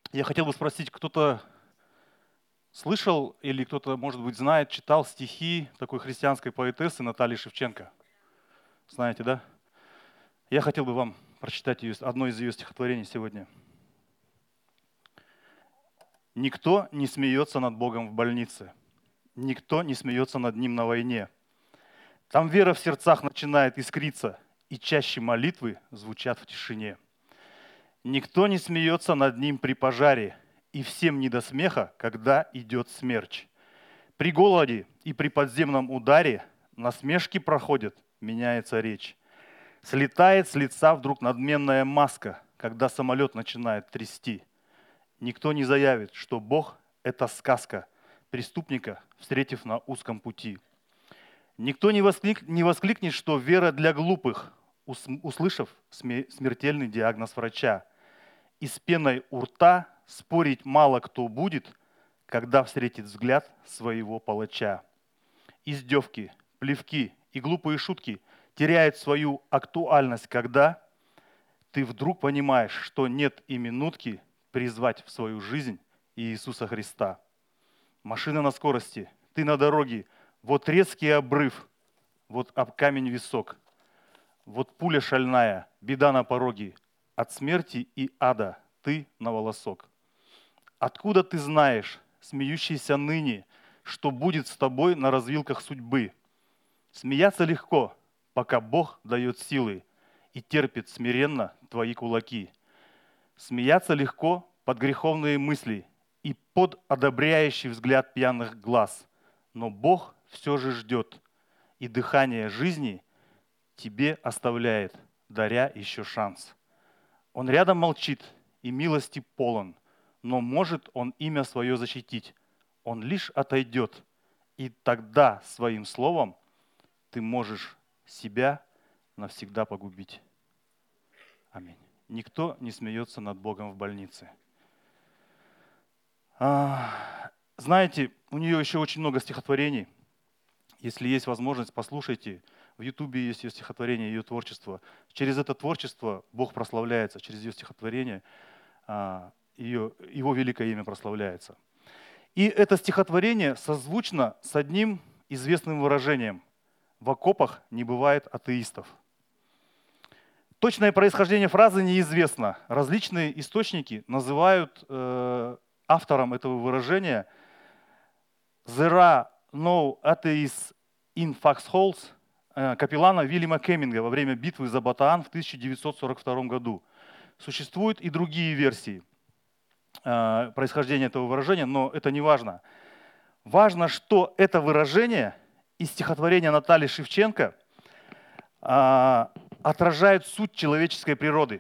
Я хотел бы спросить, кто-то слышал или кто-то, может быть, знает, читал стихи такой христианской поэтессы Натальи Шевченко? Знаете, да? Я хотел бы вам прочитать одно из ее стихотворений сегодня. «Никто не смеется над Богом в больнице, никто не смеется над Ним на войне. Там вера в сердцах начинает искриться, и чаще молитвы звучат в тишине. Никто не смеется над Ним при пожаре, и всем не до смеха, когда идет смерч. При голоде и при подземном ударе насмешки проходят, меняется речь. Слетает с лица вдруг надменная маска, когда самолет начинает трясти. Никто не заявит, что Бог– это сказка, преступника, встретив на узком пути. Никто не воскликнет, что вера для глупых, услышав смертельный диагноз врача. И с пеной у рта спорить мало кто будет, когда встретит взгляд своего палача. Издевки, плевки и глупые шутки теряют свою актуальность, когда ты вдруг понимаешь, что нет и минутки призвать в свою жизнь Иисуса Христа. Машина на скорости, ты на дороге, вот резкий обрыв, вот об камень висок, вот пуля шальная, беда на пороге, от смерти и ада ты на волосок. Откуда ты знаешь, смеющийся ныне, что будет с тобой на развилках судьбы? Смеяться легко, пока Бог дает силы и терпит смиренно твои кулаки. Смеяться легко под греховные мысли и под одобряющий взгляд пьяных глаз. Но Бог все же ждет, и дыхание жизни тебе оставляет, даря еще шанс. Он рядом молчит и милости полон, но может он имя свое защитить. Он лишь отойдет, и тогда своим словом ты можешь себя навсегда погубить. Аминь. Никто не смеется над Богом в больнице. Знаете, у нее еще очень много стихотворений. Если есть возможность, послушайте. В Ютубе есть ее стихотворение, ее творчество. Через это творчество Бог прославляется, через ее стихотворение его великое имя прославляется. И это стихотворение созвучно с одним известным выражением: «В окопах не бывает атеистов». Точное происхождение фразы неизвестно. Различные источники называют автором этого выражения «There are no atheists in foxholes» капеллана Вильяма Кемминга во время битвы за Батаан в 1942 году. Существуют и другие версии происхождения этого выражения, но это не важно. Важно, что это выражение из стихотворения Натальи Шевченко отражает суть человеческой природы.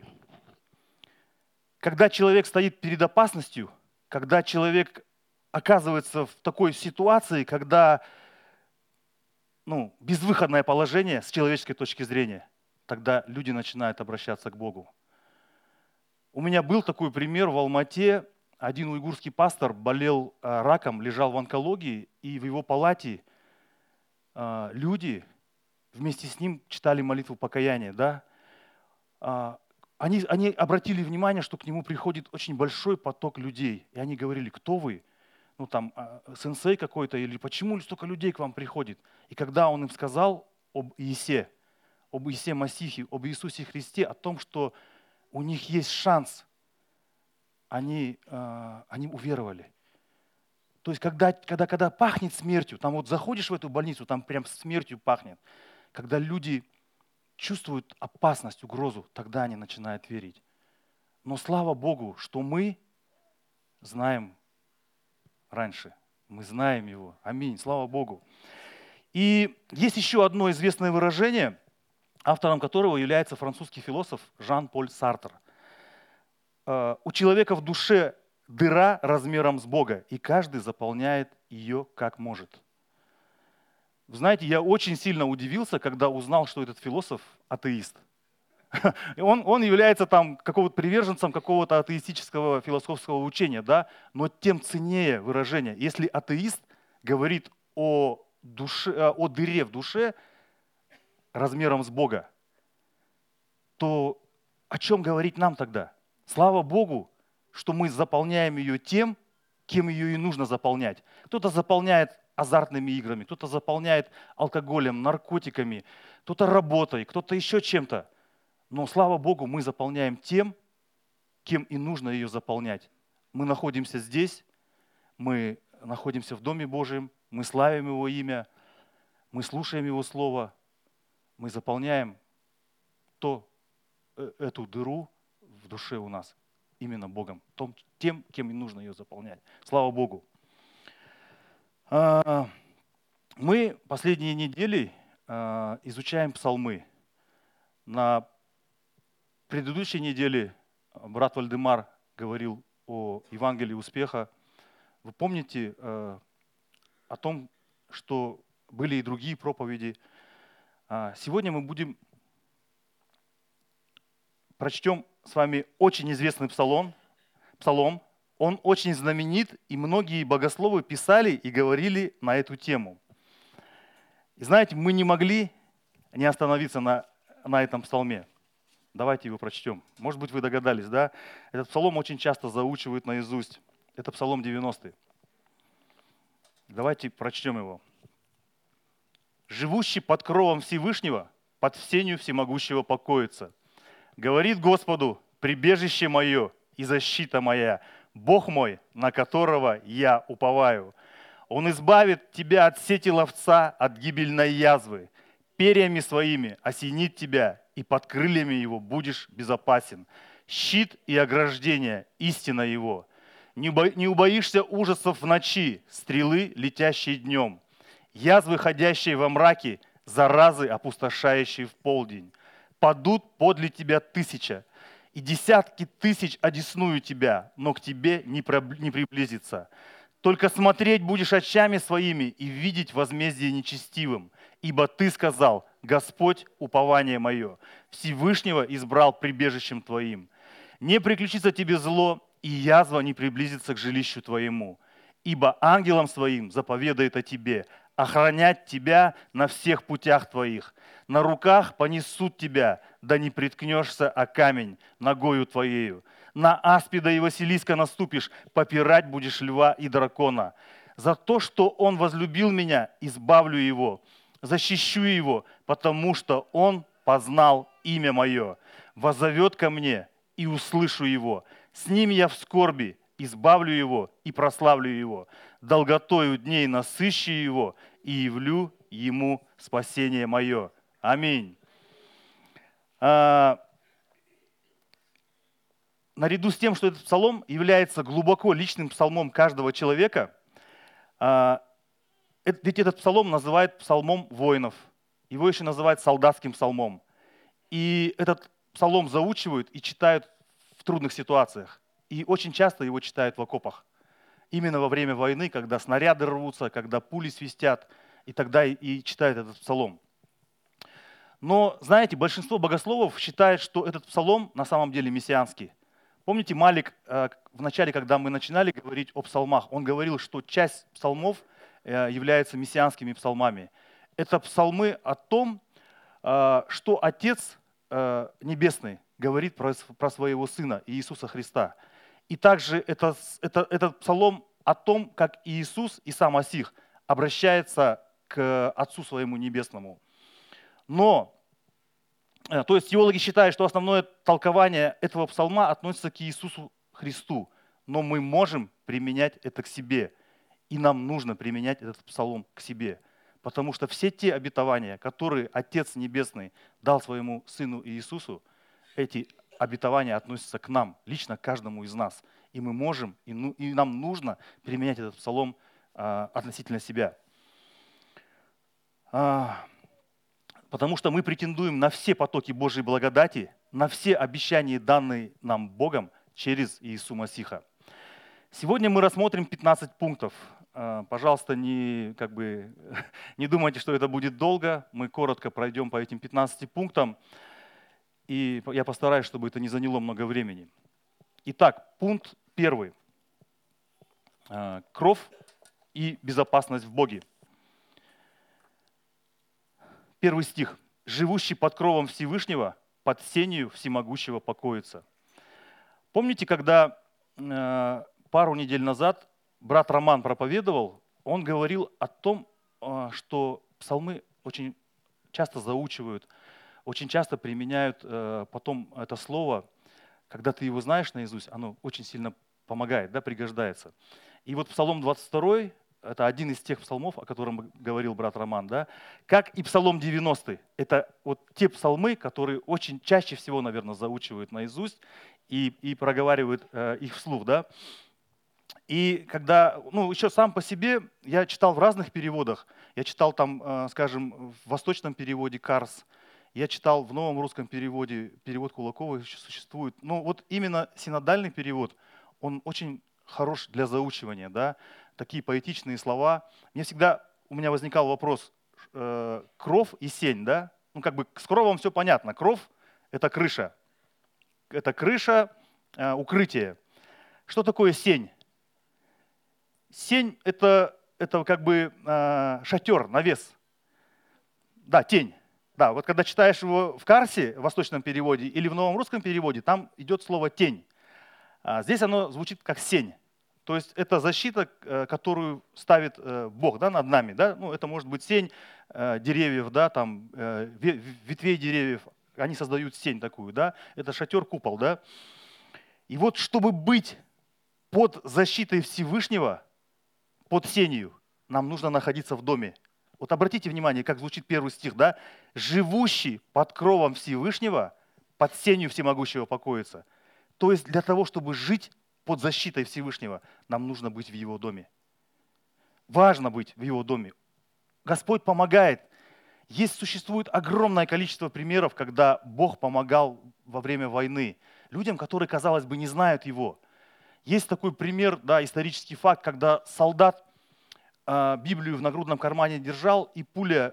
Когда человек стоит перед опасностью, когда человек оказывается в такой ситуации, когда безвыходное положение с человеческой точки зрения, тогда люди начинают обращаться к Богу. У меня был такой пример в Алмате. Один уйгурский пастор болел раком, лежал в онкологии, и в его палате люди вместе с ним читали молитву покаяния. Да? Они обратили внимание, что к нему приходит очень большой поток людей. И они говорили: кто вы? Сенсей какой-то, или почему столько людей к вам приходит? И когда он им сказал об Иисусе Масихе, об Иисусе Христе, о том, что у них есть шанс, они уверовали. То есть, когда пахнет смертью, там вот заходишь в эту больницу, там прям смертью пахнет. Когда люди чувствуют опасность, угрозу, тогда они начинают верить. Но слава Богу, что мы знаем раньше. Мы знаем Его. Аминь. Слава Богу. И есть еще одно известное выражение, автором которого является французский философ Жан-Поль Сартр. У человека в душе дыра размером с Бога, и каждый заполняет ее как может. Вы знаете, я очень сильно удивился, когда узнал, что этот философ атеист. Он является приверженцем какого-то атеистического философского учения, да? Но тем ценнее выражение. Если атеист говорит о дыре в душе размером с Бога, то о чем говорить нам тогда? Слава Богу, что мы заполняем ее тем, кем ее и нужно заполнять. Кто-то заполняет азартными играми, кто-то заполняет алкоголем, наркотиками, кто-то работой, кто-то еще чем-то. Но, слава Богу, мы заполняем тем, кем и нужно ее заполнять. Мы находимся здесь, мы находимся в Доме Божьем, мы славим Его имя, мы слушаем Его Слово, мы заполняем эту дыру в душе у нас именно Богом, тем, кем и нужно ее заполнять. Слава Богу. Мы последние недели изучаем псалмы. На предыдущей неделе брат Вальдемар говорил о Евангелии успеха. Вы помните о том, что были и другие проповеди. Сегодня мы прочтем с вами очень известный псалом. Он очень знаменит, и многие богословы писали и говорили на эту тему. И знаете, мы не могли не остановиться на этом псалме. Давайте его прочтем. Может быть, вы догадались, да? Этот псалом очень часто заучивают наизусть. Это псалом 90. Давайте прочтем его. «Живущий под кровом Всевышнего, под сенью всемогущего покоится. Говорит Господу, прибежище мое и защита моя, Бог мой, на которого я уповаю. Он избавит тебя от сети ловца, от гибельной язвы. Перьями своими осенит тебя, и под крыльями его будешь безопасен. Щит и ограждение, истина его. Не убоишься ужасов в ночи, стрелы, летящие днем, язвы, ходящие во мраке, заразы, опустошающие в полдень. Падут подле тебя 1000, и 10 000 одесную тебя, но к тебе не приблизится. Только смотреть будешь очами своими и видеть возмездие нечестивым. Ибо ты сказал, Господь, упование мое, Всевышнего избрал прибежищем твоим. Не приключится тебе зло, и язва не приблизится к жилищу твоему. Ибо ангелам своим заповедает о тебе, охранять тебя на всех путях твоих. На руках понесут тебя, да не приткнешься о камень ногою твоею. На аспида и Василиска наступишь, попирать будешь льва и дракона. За то, что он возлюбил меня, избавлю его, защищу его, потому что он познал имя мое. Воззовет ко мне, и услышу его. С ним я в скорби, избавлю его и прославлю его. Долготою дней насыщу его и явлю ему спасение мое. Аминь. Наряду с тем, что этот псалом является глубоко личным псалмом каждого человека, ведь этот псалом называют псалмом воинов. Его еще называют солдатским псалмом. И этот псалом заучивают и читают в трудных ситуациях. И очень часто его читают в окопах. Именно во время войны, когда снаряды рвутся, когда пули свистят, и тогда и читают этот псалом. Но, знаете, большинство богословов считает, что этот псалом на самом деле мессианский. Помните, Малик в начале, когда мы начинали говорить о псалмах, он говорил, что часть псалмов являются мессианскими псалмами. Это псалмы о том, что Отец Небесный говорит про своего Сына Иисуса Христа. И также этот псалом о том, как Иисус и сам Масих обращается к Отцу Своему Небесному. То есть теологи считают, что основное толкование этого псалма относится к Иисусу Христу, но мы можем применять это к себе, и нам нужно применять этот псалом к себе, потому что все те обетования, которые Отец Небесный дал своему Сыну Иисусу, эти обетования относятся к нам, лично к каждому из нас, и мы можем, и нам нужно применять этот псалом относительно себя. Потому что мы претендуем на все потоки Божьей благодати, на все обещания, данные нам Богом через Иисуса Масиха. Сегодня мы рассмотрим 15 пунктов. Пожалуйста, не думайте, что это будет долго. Мы коротко пройдем по этим 15 пунктам. И я постараюсь, чтобы это не заняло много времени. Итак, пункт 1. Кровь и безопасность в Боге. 1 стих. «Живущий под кровом Всевышнего, под сенью всемогущего покоится». Помните, когда пару недель назад брат Роман проповедовал, он говорил о том, что псалмы очень часто заучивают, очень часто применяют потом это слово. Когда ты его знаешь наизусть, оно очень сильно помогает, да, пригождается. И вот Псалом 22, это один из тех псалмов, о котором говорил брат Роман, да, как и Псалом 90. Это вот те псалмы, которые очень чаще всего, наверное, заучивают наизусть и проговаривают их вслух, да. И когда, ну, еще сам по себе, я читал в разных переводах. Я читал там, скажем, в восточном переводе Карс, я читал в новом русском переводе, перевод Кулакова еще существует. Но вот именно синодальный перевод, он очень хорош для заучивания, да, такие поэтичные слова. Мне всегда, у меня возникал вопрос, кров и сень, да, ну как бы с кровом все понятно. Кров – это крыша, укрытие. Что такое сень? Сень – это как бы шатер, навес. Да, тень. Да, вот когда читаешь его в Карсе, в восточном переводе, или в новом русском переводе, там идет слово «тень». Здесь оно звучит как «сень». То есть это защита, которую ставит Бог, да, над нами. Да? Ну, это может быть сень деревьев, да, там, ветвей деревьев. Они создают сень такую. Да? Это шатер-купол. Да? И вот чтобы быть под защитой Всевышнего, под сенью, нам нужно находиться в доме. Вот обратите внимание, как звучит первый стих, да? «Живущий под кровом Всевышнего, под сенью всемогущего покоится». То есть для того, чтобы жить под защитой Всевышнего, нам нужно быть в Его доме. Важно быть в Его доме. Господь помогает. Существует огромное количество примеров, когда Бог помогал во время войны людям, которые, казалось бы, не знают Его. Есть такой пример, да, исторический факт, когда солдат Библию в нагрудном кармане держал, и пуля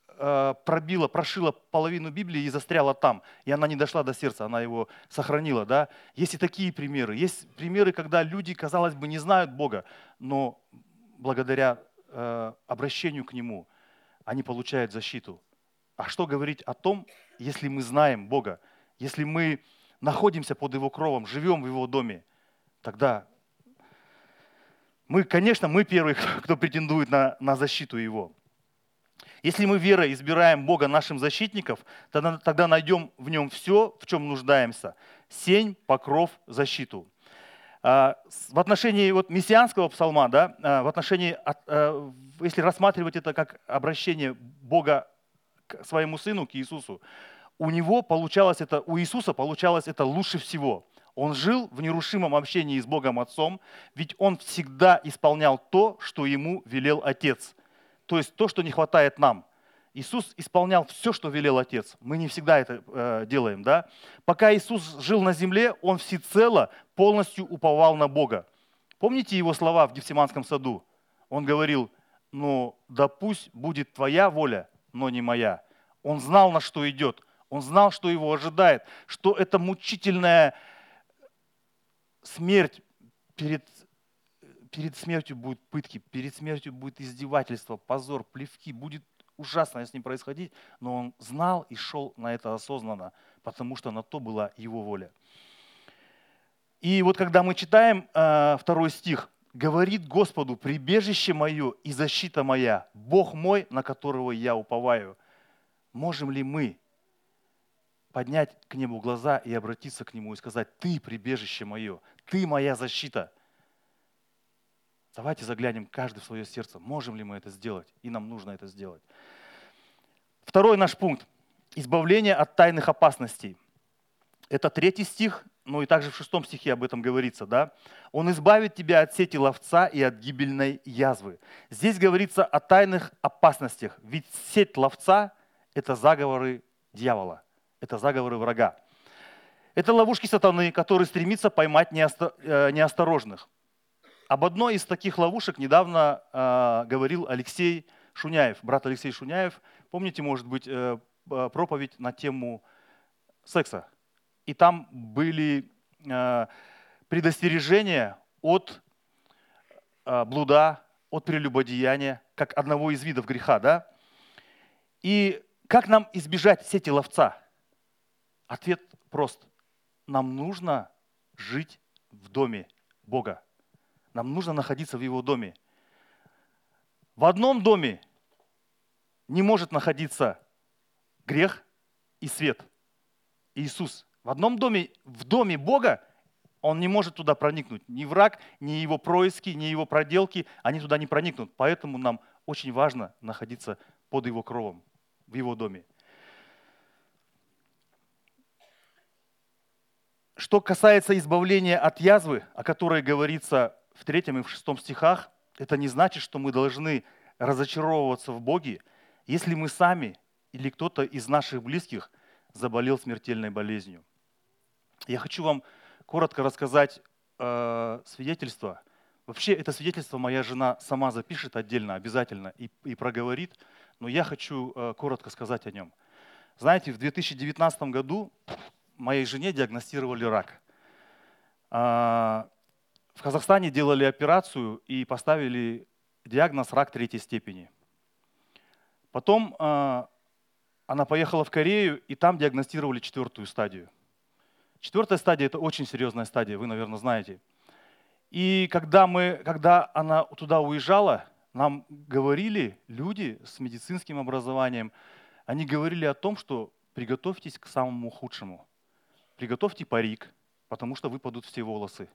прошила половину Библии и застряла там. И она не дошла до сердца, она его сохранила. Да? Есть и такие примеры. Есть примеры, когда люди, казалось бы, не знают Бога, но благодаря обращению к Нему они получают защиту. А что говорить о том, если мы знаем Бога, если мы находимся под Его кровом, живем в Его доме, тогда конечно, мы первые, кто претендует на защиту Его. Если мы верой избираем Бога нашим защитником, тогда найдем в Нем все, в чем нуждаемся. Сень, покров, защиту. В отношении вот мессианского псалма, да, если рассматривать это как обращение Бога к своему Сыну, к Иисусу, у Иисуса получалось это лучше всего. Он жил в нерушимом общении с Богом Отцом, ведь он всегда исполнял то, что ему велел Отец. То есть то, что не хватает нам. Иисус исполнял все, что велел Отец. Мы не всегда это делаем. Да? Пока Иисус жил на земле, он всецело, полностью уповал на Бога. Помните его слова в Гефсиманском саду? Он говорил: «Ну, да пусть будет твоя воля, но не моя». Он знал, на что идет. Он знал, что его ожидает, что это мучительная смерть. Перед смертью будут пытки, перед смертью будет издевательство, позор, плевки. Будет ужасно с ним происходить, но он знал и шел на это осознанно, потому что на то была его воля. И вот когда мы читаем 2 стих, «Говорит Господу, прибежище мое и защита моя, Бог мой, на которого я уповаю». Можем ли мы поднять к небу глаза и обратиться к нему и сказать: «Ты прибежище мое, ты моя защита»? Давайте заглянем каждый в свое сердце. Можем ли мы это сделать? И нам нужно это сделать. Второй наш пункт. Избавление от тайных опасностей. Это 3 стих, ну и также в 6 стихе об этом говорится. Да? «Он избавит тебя от сети ловца и от гибельной язвы». Здесь говорится о тайных опасностях. Ведь сеть ловца – это заговоры дьявола, это заговоры врага. Это ловушки сатаны, который стремится поймать неосторожных. Об одной из таких ловушек недавно говорил Алексей Шуняев, брат Алексей Шуняев. Помните, может быть, проповедь на тему секса? И там были предостережения от блуда, от прелюбодеяния, как одного из видов греха. Да? И как нам избежать сети ловца? Ответ прост. Нам нужно жить в доме Бога. Нам нужно находиться в Его доме. В одном доме не может находиться грех и свет. Иисус. В одном доме, в доме Бога, Он не может туда проникнуть. Ни враг, ни его происки, ни его проделки, они туда не проникнут. Поэтому нам очень важно находиться под Его кровом, в Его доме. Что касается избавления от язвы, о которой говорится в 3 и в 6 стихах, это не значит, что мы должны разочаровываться в Боге, если мы сами или кто-то из наших близких заболел смертельной болезнью. Я хочу вам коротко рассказать свидетельство. Вообще, это свидетельство моя жена сама запишет отдельно, обязательно, и проговорит, но я хочу коротко сказать о нем. Знаете, в 2019 году моей жене диагностировали рак. В Казахстане делали операцию и поставили диагноз рак 3 степени. Потом она поехала в Корею, и там диагностировали 4 стадию. 4 стадия – это очень серьезная стадия, вы, наверное, знаете. И когда она туда уезжала, нам говорили люди с медицинским образованием, они говорили о том, что приготовьтесь к самому худшему. Приготовьте парик, потому что выпадут все волосы.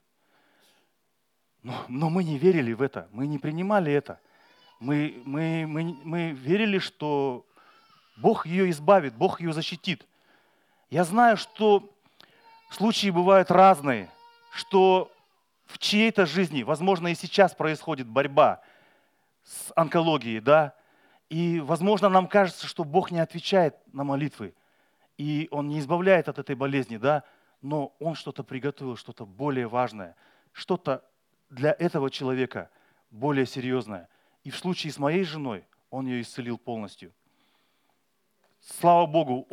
Но мы не верили в это, мы не принимали это. Мы верили, что Бог ее избавит, Бог ее защитит. Я знаю, что случаи бывают разные, что в чьей-то жизни, возможно, и сейчас происходит борьба с онкологией, да, и, возможно, нам кажется, что Бог не отвечает на молитвы, и Он не избавляет от этой болезни, да, но Он что-то приготовил, что-то более важное, что-то для этого человека более серьезное. И в случае с моей женой Он ее исцелил полностью. Слава Богу,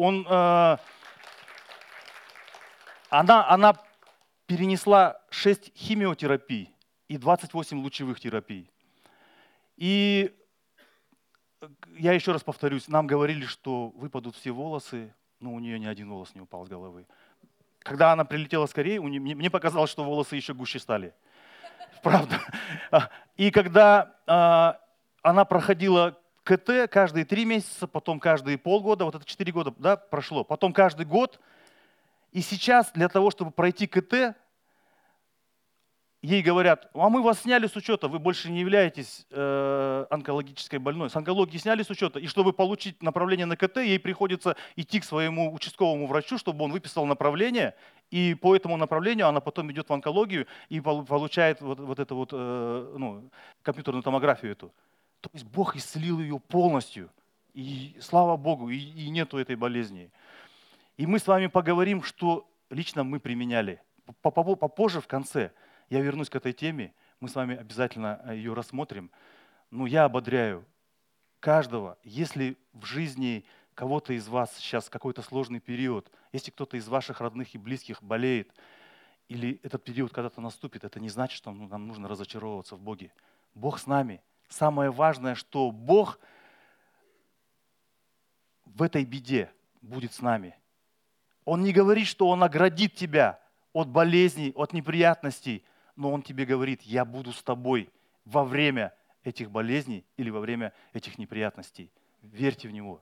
она перенесла 6 химиотерапий и 28 лучевых терапий. И я еще раз повторюсь, нам говорили, что выпадут все волосы, но у нее ни один волос не упал с головы. Когда она прилетела с Кореи, мне показалось, что волосы еще гуще стали. Правда. И когда она проходила КТ каждые 3 месяца, потом каждые полгода, вот это 4 года, да, прошло, потом каждый год. И сейчас для того, чтобы пройти КТ, ей говорят: а мы вас сняли с учета, вы больше не являетесь онкологической больной. С онкологии сняли с учета, и чтобы получить направление на КТ, ей приходится идти к своему участковому врачу, чтобы он выписал направление, и по этому направлению она потом идет в онкологию и получает вот эту вот компьютерную томографию эту. То есть Бог исцелил ее полностью, и слава Богу, и нету этой болезни. И мы с вами поговорим, что лично мы применяли. Попозже, в конце, я вернусь к этой теме, мы с вами обязательно ее рассмотрим. Но я ободряю каждого, если в жизни кого-то из вас сейчас какой-то сложный период, если кто-то из ваших родных и близких болеет, или этот период когда-то наступит, это не значит, что нам нужно разочаровываться в Боге. Бог с нами. Самое важное, что Бог в этой беде будет с нами. Он не говорит, что Он оградит тебя от болезней, от неприятностей, но Он тебе говорит: я буду с тобой во время этих болезней или во время этих неприятностей. Верьте в Него.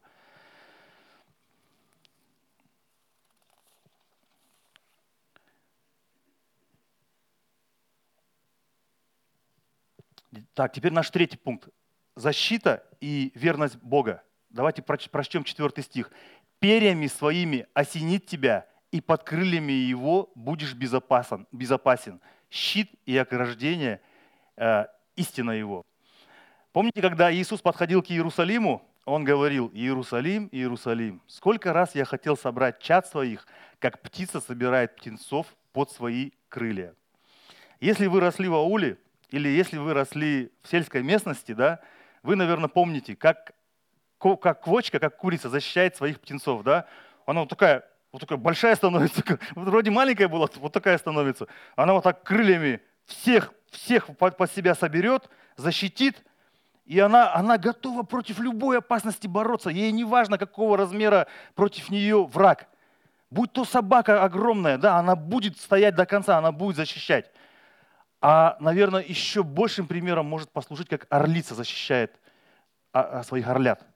Так, теперь наш 3-й пункт. Защита и верность Бога. Давайте прочтем 4 стих. «Перьями своими осенит тебя, и под крыльями его будешь безопасен. Щит и ограждение истина его». Помните, когда Иисус подходил к Иерусалиму, Он говорил: «Иерусалим, Иерусалим, сколько раз я хотел собрать чад своих, как птица собирает птенцов под свои крылья». Если вы росли в ауле, или если вы росли в сельской местности, да, вы, наверное, помните, как квочка, как курица защищает своих птенцов. Да? Она вот такая большая становится, вроде маленькая была, вот такая становится. Она вот так крыльями всех под себя соберет, защитит, и она готова против любой опасности бороться. Ей не важно, какого размера против нее враг. Будь то собака огромная, да, она будет стоять до конца, она будет защищать. А, наверное, еще большим примером может послужить, как орлица защищает своих орлят.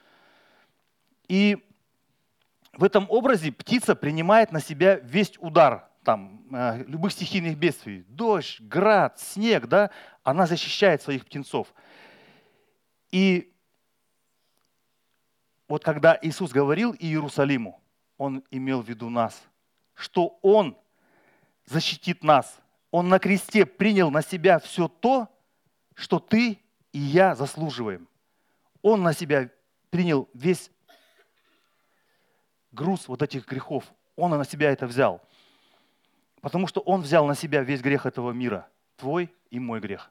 И в этом образе птица принимает на себя весь удар любых стихийных бедствий. Дождь, град, снег, да, она защищает своих птенцов. И вот когда Иисус говорил Иерусалиму, Он имел в виду нас, что Он защитит нас. Он на кресте принял на себя все то, что ты и я заслуживаем. Он на себя принял весь груз вот этих грехов. Он на себя это взял. Потому что Он взял на себя весь грех этого мира. Твой и мой грех.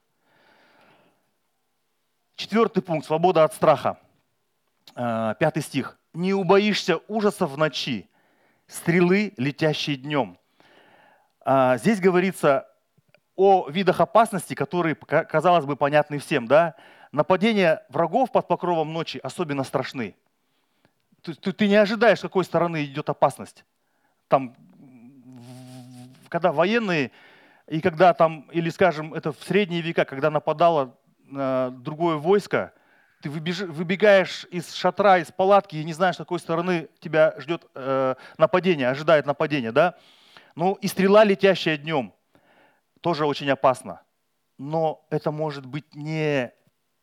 4 пункт. Свобода от страха. 5 стих. «Не убоишься ужасов в ночи, стрелы, летящие днем». Здесь говорится о видах опасности, которые, казалось бы, понятны всем. Да? Нападения врагов под покровом ночи особенно страшны. Ты не ожидаешь, с какой стороны идет опасность. Там, когда военные, и когда там, или скажем, это в средние века, когда нападало другое войско, ты выбегаешь из шатра, из палатки и не знаешь, с какой стороны тебя ждет нападение, ожидает нападение. Да? Ну и стрела, летящая днем, тоже очень опасно. Но это может быть не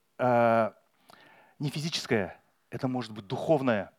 физическое, это может быть духовный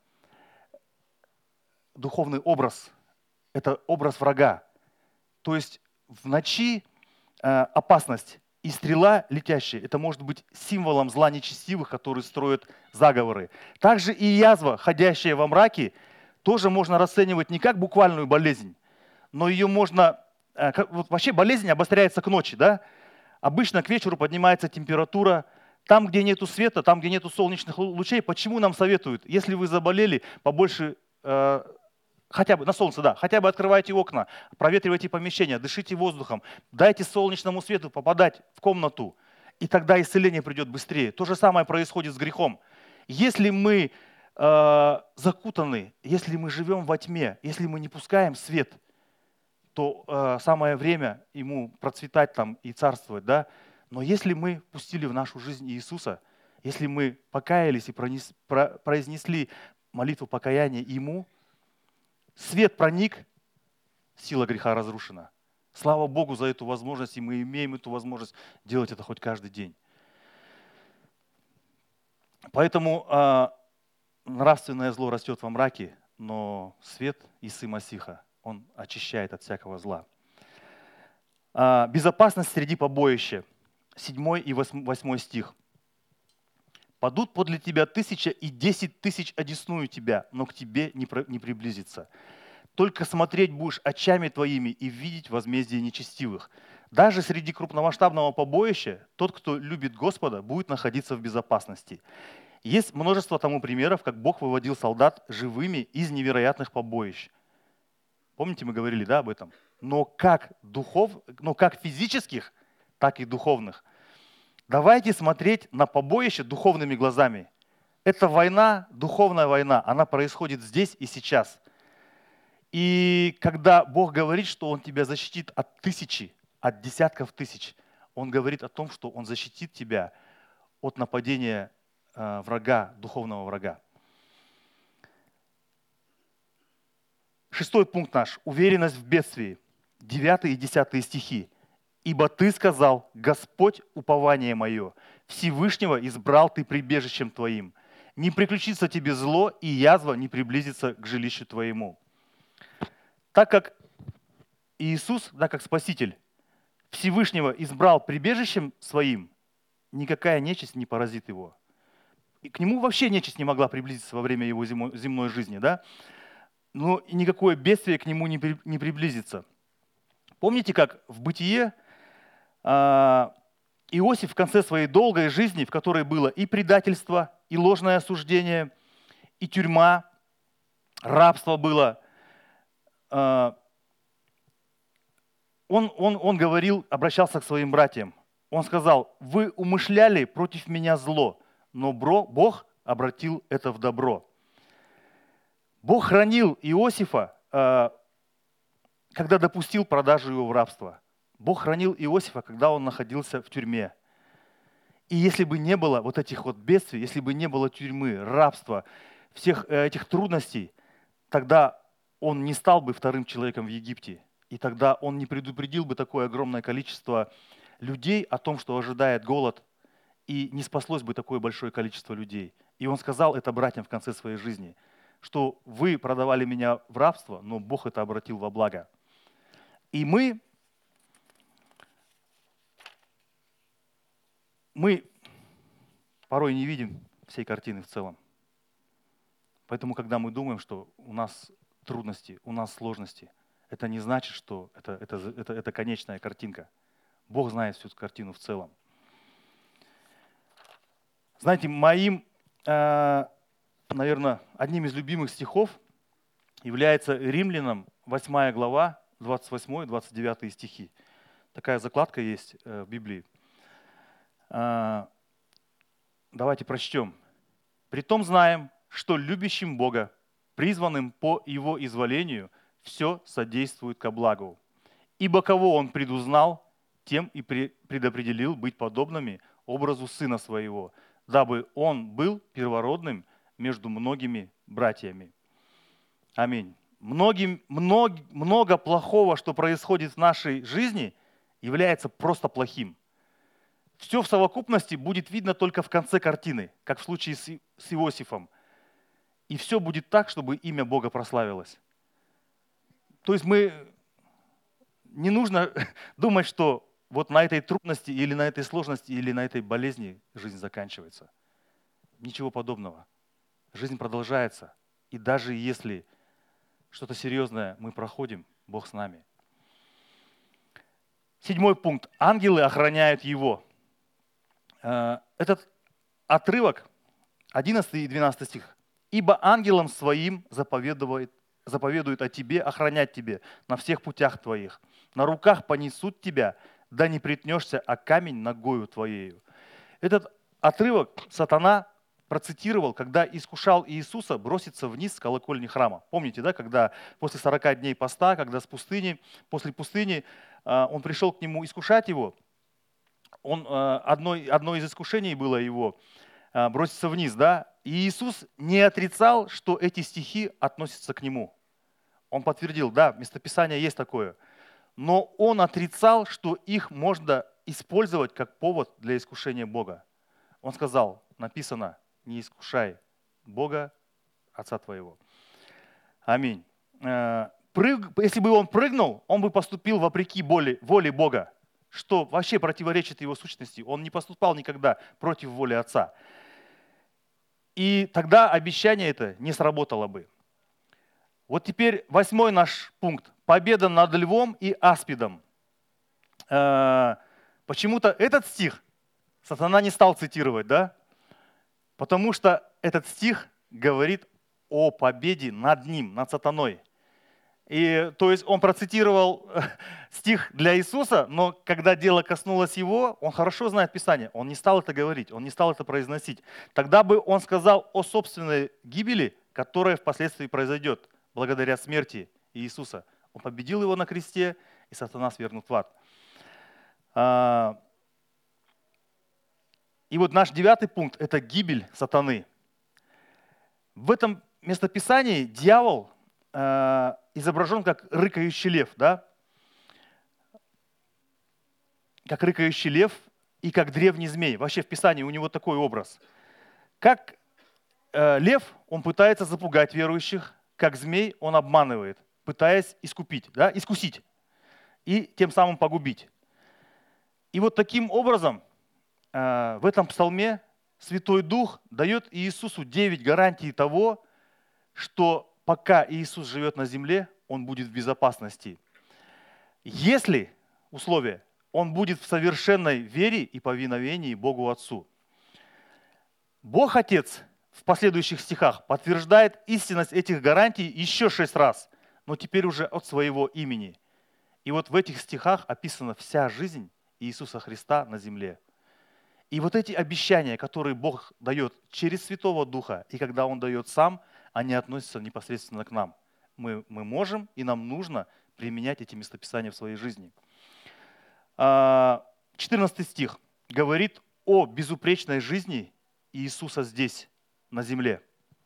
образ. Это образ врага. То есть в ночи опасность и стрела летящая, это может быть символом зла нечестивых, которые строят заговоры. Также и язва, ходящая во мраке, тоже можно расценивать не как буквальную болезнь, но ее можно... вообще болезнь обостряется к ночи, да? Обычно к вечеру поднимается температура. Там, где нету света, там, где нету солнечных лучей, почему нам советуют? Если вы заболели, побольше... хотя бы на солнце, да, хотя бы открывайте окна, проветривайте помещения, дышите воздухом, дайте солнечному свету попадать в комнату, и тогда исцеление придет быстрее. То же самое происходит с грехом. Если мы закутаны, если мы живем во тьме, если мы не пускаем свет, то самое время ему процветать там и царствовать, да. Но если мы пустили в нашу жизнь Иисуса, если мы покаялись и произнесли молитву покаяния Ему, свет проник, сила греха разрушена. Слава Богу за эту возможность, и мы имеем эту возможность делать это хоть каждый день. Поэтому нравственное зло растет во мраке, но свет Иисуса Масиха, Он очищает от всякого зла. Безопасность среди побоища. 7 и 8 стих. «Падут подле тебя 1000 и 10 000 одесную тебя, но к тебе не приблизится. Только смотреть будешь очами твоими и видеть возмездие нечестивых». Даже среди крупномасштабного побоища тот, кто любит Господа, будет находиться в безопасности. Есть множество тому примеров, как Бог выводил солдат живыми из невероятных побоищ. Помните, мы говорили, да, об этом? Но как физических, так и духовных. Давайте смотреть на побоище духовными глазами. Это война, духовная война, она происходит здесь и сейчас. И когда Бог говорит, что Он тебя защитит от тысячи, от десятков тысяч, Он говорит о том, что Он защитит тебя от нападения врага, духовного врага. 6 пункт наш. Уверенность в бедствии. 9 и 10 стихи. «Ибо ты сказал, Господь, упование мое, Всевышнего избрал ты прибежищем твоим. Не приключится тебе зло, и язва не приблизится к жилищу твоему». Так как Иисус, так как Спаситель, Всевышнего избрал прибежищем своим, никакая нечисть не поразит его. И к нему вообще нечисть не могла приблизиться во время его земной жизни, да? Но и никакое бедствие к нему не приблизится. Помните, как в Бытие Иосиф в конце своей долгой жизни, в которой было и предательство, и ложное осуждение, и тюрьма, рабство было, он говорил, обращался к своим братьям. Он сказал: «Вы умышляли против меня зло, но Бог обратил это в добро». Бог хранил Иосифа, когда допустил продажу его в рабство. Бог хранил Иосифа, когда он находился в тюрьме. И если бы не было вот этих вот бедствий, если бы не было тюрьмы, рабства, всех этих трудностей, тогда он не стал бы вторым человеком в Египте. И тогда он не предупредил бы такое огромное количество людей о том, что ожидает голод, и не спаслось бы такое большое количество людей. И он сказал это братьям в конце своей жизни, что вы продавали меня в рабство, но Бог это обратил во благо. И мы порой не видим всей картины в целом. Поэтому, когда мы думаем, что у нас трудности, у нас сложности, это не значит, что это конечная картинка. Бог знает всю картину в целом. Знаете, моим, наверное, одним из любимых стихов является Римлянам 8 глава, 28-29 стихи. Такая закладка есть в Библии. Давайте прочтем. «Притом знаем, что любящим Бога, призванным по Его изволению, все содействует ко благу. Ибо кого Он предузнал, тем и предопределил быть подобными образу Сына Своего, дабы Он был первородным между многими братьями». Аминь. Много плохого, что происходит в нашей жизни, является просто плохим. Все в совокупности будет видно только в конце картины, как в случае с Иосифом. И все будет так, чтобы имя Бога прославилось. То есть не нужно думать, что вот на этой трудности или на этой сложности или на этой болезни жизнь заканчивается. Ничего подобного. Жизнь продолжается. И даже если что-то серьезное мы проходим, Бог с нами. 7 пункт. Ангелы охраняют его. Этот отрывок, 11 и 12 стих. «Ибо ангелам своим заповедует о тебе охранять тебе на всех путях твоих. На руках понесут тебя, да не притнешься о камень ногою твоею». Этот отрывок сатана процитировал, когда искушал Иисуса броситься вниз с колокольни храма. Помните, да, когда после 40 дней поста, когда после пустыни он пришел к нему искушать его, одно из искушений было его броситься вниз, да? И Иисус не отрицал, что эти стихи относятся к нему. Он подтвердил, да, местописание есть такое. Но он отрицал, что их можно использовать как повод для искушения Бога. Он сказал, написано, не искушай Бога, Отца твоего. Аминь. Если бы он прыгнул, он бы поступил вопреки воле Бога, что вообще противоречит его сущности. Он не поступал никогда против воли Отца. И тогда обещание это не сработало бы. Вот теперь 8 наш пункт. Победа над львом и аспидом. Почему-то этот стих сатана не стал цитировать, да? Потому что этот стих говорит о победе над ним, над сатаной. И, то есть он процитировал стих для Иисуса, но когда дело коснулось его, он хорошо знает Писание, он не стал это говорить, он не стал это произносить. Тогда бы он сказал о собственной гибели, которая впоследствии произойдет благодаря смерти Иисуса. Он победил его на кресте, и сатана свергнут в ад. И вот наш 9 пункт – это гибель сатаны. В этом местописании дьявол изображен как рыкающий лев, да? Как рыкающий лев и как древний змей. Вообще в Писании у него такой образ. Как лев, он пытается запугать верующих, как змей он обманывает, пытаясь искупить, да? Искусить и тем самым погубить. И вот таким образом в этом псалме Святой Дух дает Иисусу 9 гарантий того, что пока Иисус живет на земле, Он будет в безопасности. Если, условие, Он будет в совершенной вере и повиновении Богу Отцу. Бог Отец в последующих стихах подтверждает истинность этих гарантий еще 6 раз, но теперь уже от своего имени. И вот в этих стихах описана вся жизнь Иисуса Христа на земле. И вот эти обещания, которые Бог дает через Святого Духа, и когда Он дает сам, они относятся непосредственно к нам. Мы можем и нам нужно применять эти местописания в своей жизни. 14 стих говорит о безупречной жизни Иисуса здесь, на земле.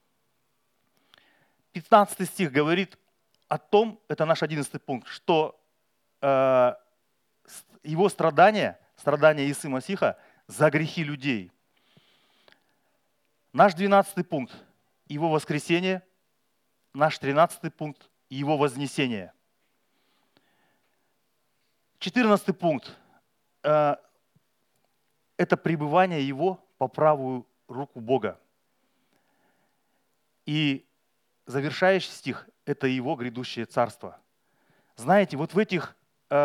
15 стих говорит о том, это наш 11 пункт, что его страдания Иисуса Масиха за грехи людей. Наш 12 пункт – его воскресение. Наш 13 пункт – его вознесение. 14 пункт – это пребывание его по правую руку Бога. И завершающий стих – это его грядущее царство. Знаете, вот в этих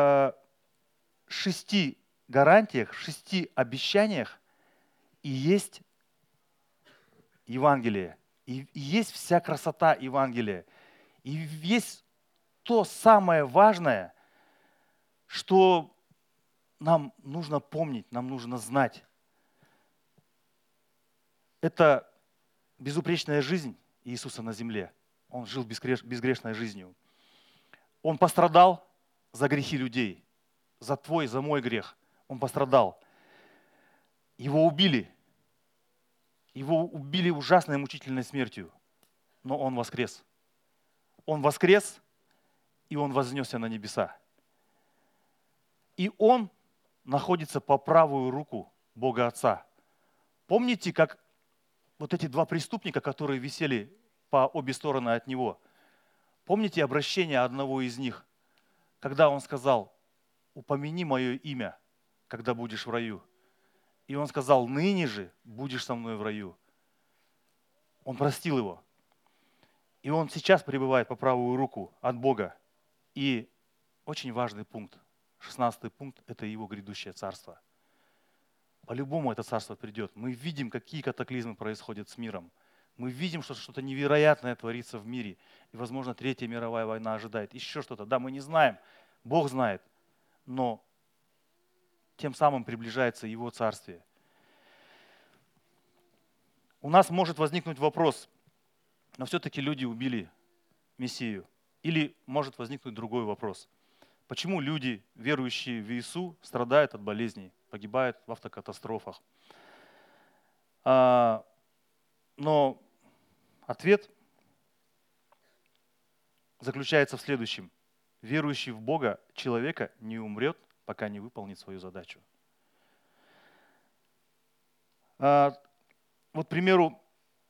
6 гарантиях, 6 обещаниях и есть Евангелие, и есть вся красота Евангелия, и есть то самое важное, что нам нужно помнить, нам нужно знать. Это безупречная жизнь Иисуса на земле. Он жил безгрешной жизнью. Он пострадал за грехи людей, за твой, за мой грех. Он пострадал. Его убили. Его убили ужасной мучительной смертью. Но он воскрес. Он воскрес, и он вознесся на небеса. И он находится по правую руку Бога Отца. Помните, как вот эти 2 преступника, которые висели по обе стороны от него, помните обращение одного из них, когда он сказал: «Упомяни мое имя, когда будешь в раю». И он сказал: «Ныне же будешь со мной в раю». Он простил его. И он сейчас пребывает по правую руку от Бога. И очень важный пункт, 16 пункт, это его грядущее царство. По-любому это царство придет. Мы видим, какие катаклизмы происходят с миром. Мы видим, что что-то невероятное творится в мире. И, возможно, 3-я мировая война ожидает. Еще что-то. Да, мы не знаем. Бог знает. Но тем самым приближается Его Царствие. У нас может возникнуть вопрос, но все-таки люди убили Мессию. Или может возникнуть другой вопрос. Почему люди, верующие в Иису, страдают от болезней, погибают в автокатастрофах? Но ответ заключается в следующем. Верующий в Бога человека не умрет, пока не выполнит свою задачу. Вот, к примеру,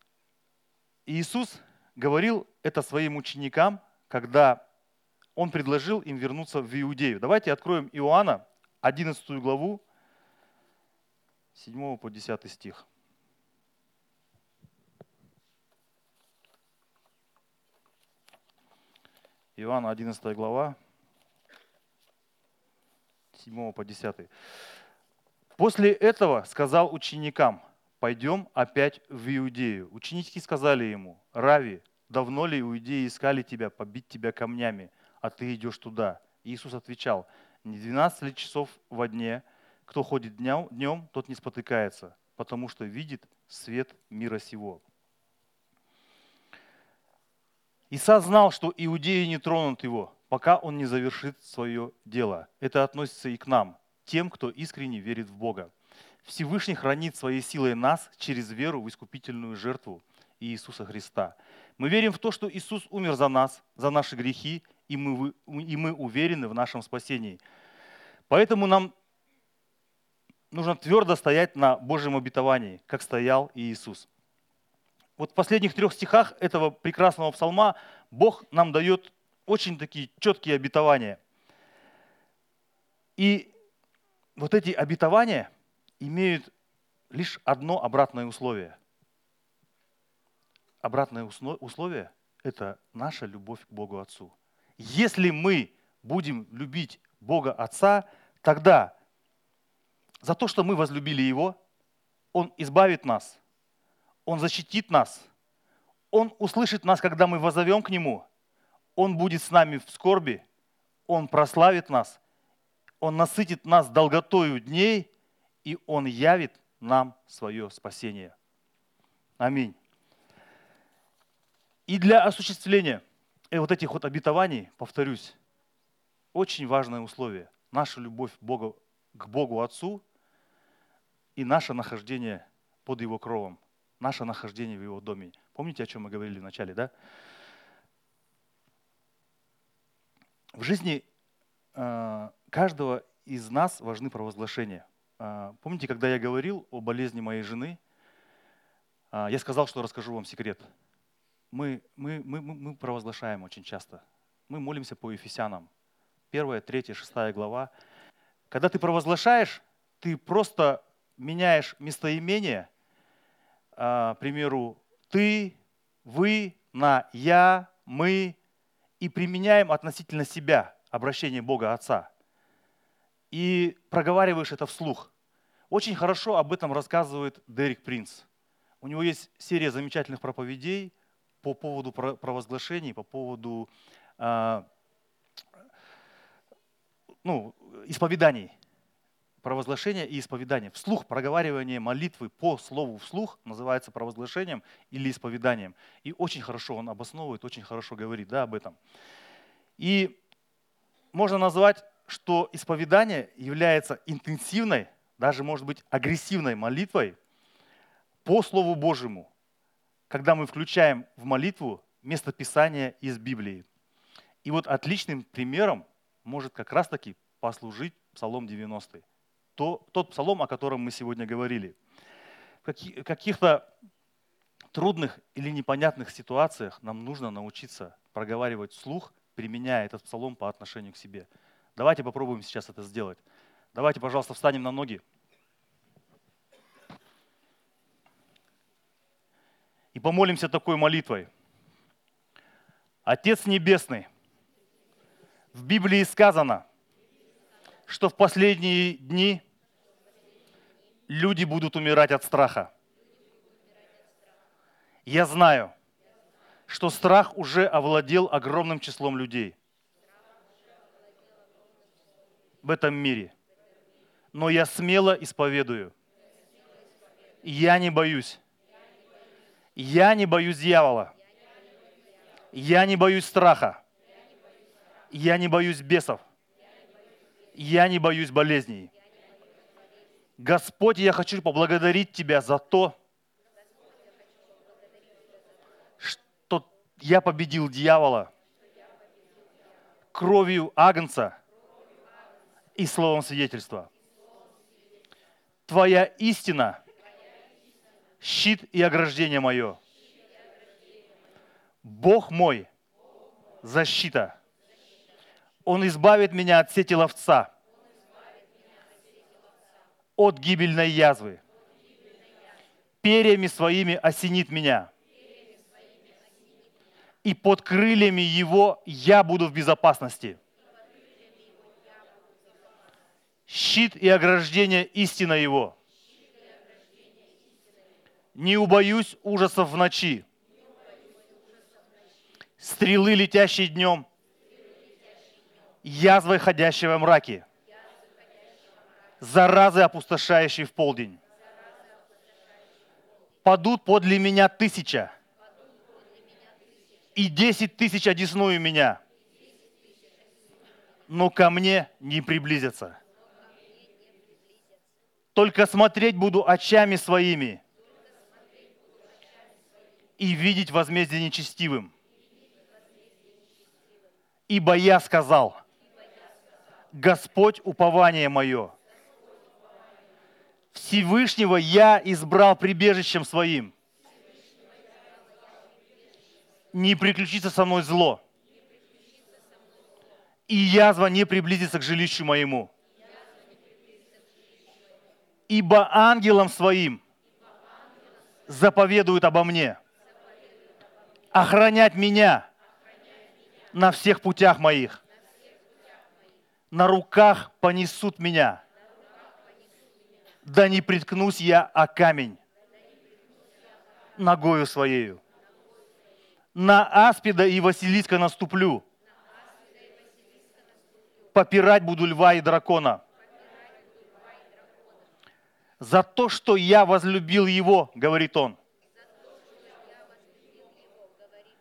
Иисус говорил это своим ученикам, когда Он предложил им вернуться в Иудею. Давайте откроем Иоанна, 11 главу, 7 по 10 стих. Иоанна, 11 глава, 7 по 10. «После этого сказал ученикам: пойдем опять в Иудею. Ученики сказали ему: Рави, давно ли иудеи искали тебя, побить тебя камнями, а ты идешь туда? Иисус отвечал: не 12 ли часов во дне? Кто ходит днем, тот не спотыкается, потому что видит свет мира сего. Иса знал, что иудеи не тронут его, пока он не завершит свое дело. Это относится и к нам, тем, кто искренне верит в Бога. Всевышний хранит своей силой нас через веру в искупительную жертву Иисуса Христа. Мы верим в то, что Иисус умер за нас, за наши грехи, и мы уверены в нашем спасении. Поэтому нам нужно твердо стоять на Божьем обетовании, как стоял и Иисус. Вот в последних 3 стихах этого прекрасного псалма Бог нам дает очень такие четкие обетования. И вот эти обетования имеют лишь одно обратное условие. Обратное условие – это наша любовь к Богу Отцу. Если мы будем любить Бога Отца, тогда за то, что мы возлюбили Его, Он избавит нас, Он защитит нас, Он услышит нас, когда мы воззовем к Нему, Он будет с нами в скорби, Он прославит нас, Он насытит нас долготою дней, и Он явит нам свое спасение. Аминь. И для осуществления вот этих вот обетований, повторюсь, очень важное условие – наша любовь к Богу к Богу Отцу и наше нахождение под Его кровом, наше нахождение в Его доме. Помните, о чем мы говорили в начале, да? В жизни каждого из нас важны провозглашения. Помните, когда я говорил о болезни моей жены, я сказал, что расскажу вам секрет. Мы провозглашаем очень часто. Мы молимся по Ефесянам. 1, 3, 6 глава. Когда ты провозглашаешь, ты просто меняешь местоимение, к примеру, ты, вы, на я, мы, и применяем относительно себя обращение Бога Отца. И проговариваешь это вслух. Очень хорошо об этом рассказывает Дерек Принц. У него есть серия замечательных проповедей по поводу провозглашений, по поводу исповеданий. Провозглашение и исповедание. Вслух проговаривание молитвы по слову вслух называется провозглашением или исповеданием. И очень хорошо он обосновывает, очень хорошо говорит об этом. И можно назвать, что исповедание является интенсивной, даже может быть агрессивной молитвой по Слову Божьему, когда мы включаем в молитву местописание из Библии. И вот отличным примером может как раз-таки послужить Псалом 90. Тот псалом, о котором мы сегодня говорили. В каких-то трудных или непонятных ситуациях нам нужно научиться проговаривать вслух, применяя этот псалом по отношению к себе. Давайте попробуем сейчас это сделать. Давайте, пожалуйста, встанем на ноги. И помолимся такой молитвой. Отец Небесный, в Библии сказано, что в последние дни люди будут умирать от страха. Я знаю, что страх уже овладел огромным числом людей в этом мире. Но я смело исповедую. Я не боюсь. Я не боюсь дьявола. Я не боюсь страха. Я не боюсь бесов. Я не боюсь болезней. Господь, я хочу поблагодарить Тебя за то, что я победил дьявола кровью Агнца и словом свидетельства. Твоя истина, щит и ограждение мое. Бог мой, защита. Он избавит меня от сети ловца, от гибельной язвы. Перьями своими осенит меня. И под крыльями Его я буду в безопасности. Щит и ограждение истина Его. Не убоюсь ужасов в ночи. Стрелы, летящие днем. Язвы, ходящие во мраке. Заразы, опустошающие в полдень. Падут подле меня 1000, и 10 000 одесную меня, но ко мне не приблизятся. Только смотреть буду очами своими и видеть возмездие нечестивым. Ибо я сказал, Господь упование мое. Всевышнего я избрал прибежищем своим. Не приключится со мной зло, и язва не приблизится к жилищу моему. Ибо ангелам своим заповедуют обо мне охранять меня на всех путях моих. На руках понесут меня, да не приткнусь я о камень ногою своею. На аспида и Василиска наступлю, попирать буду льва и дракона. За то, что я возлюбил его, говорит он,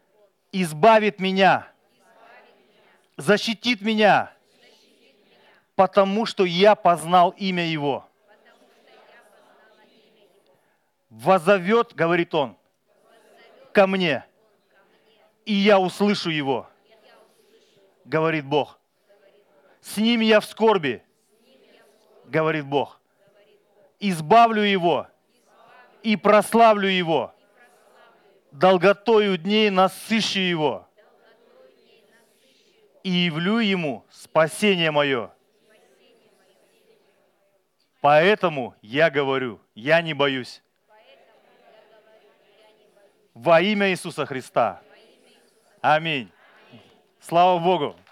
избавит меня, защитит меня потому что я познал имя Его. Воззовет, говорит Он, ко мне, и я услышу Его, говорит Бог. С Ним я в скорби, говорит Бог. Избавлю Его и прославлю Его. Долготою дней насыщу Его и явлю Ему спасение мое. Поэтому я говорю, я не боюсь. Во имя Иисуса Христа. Аминь. Слава Богу.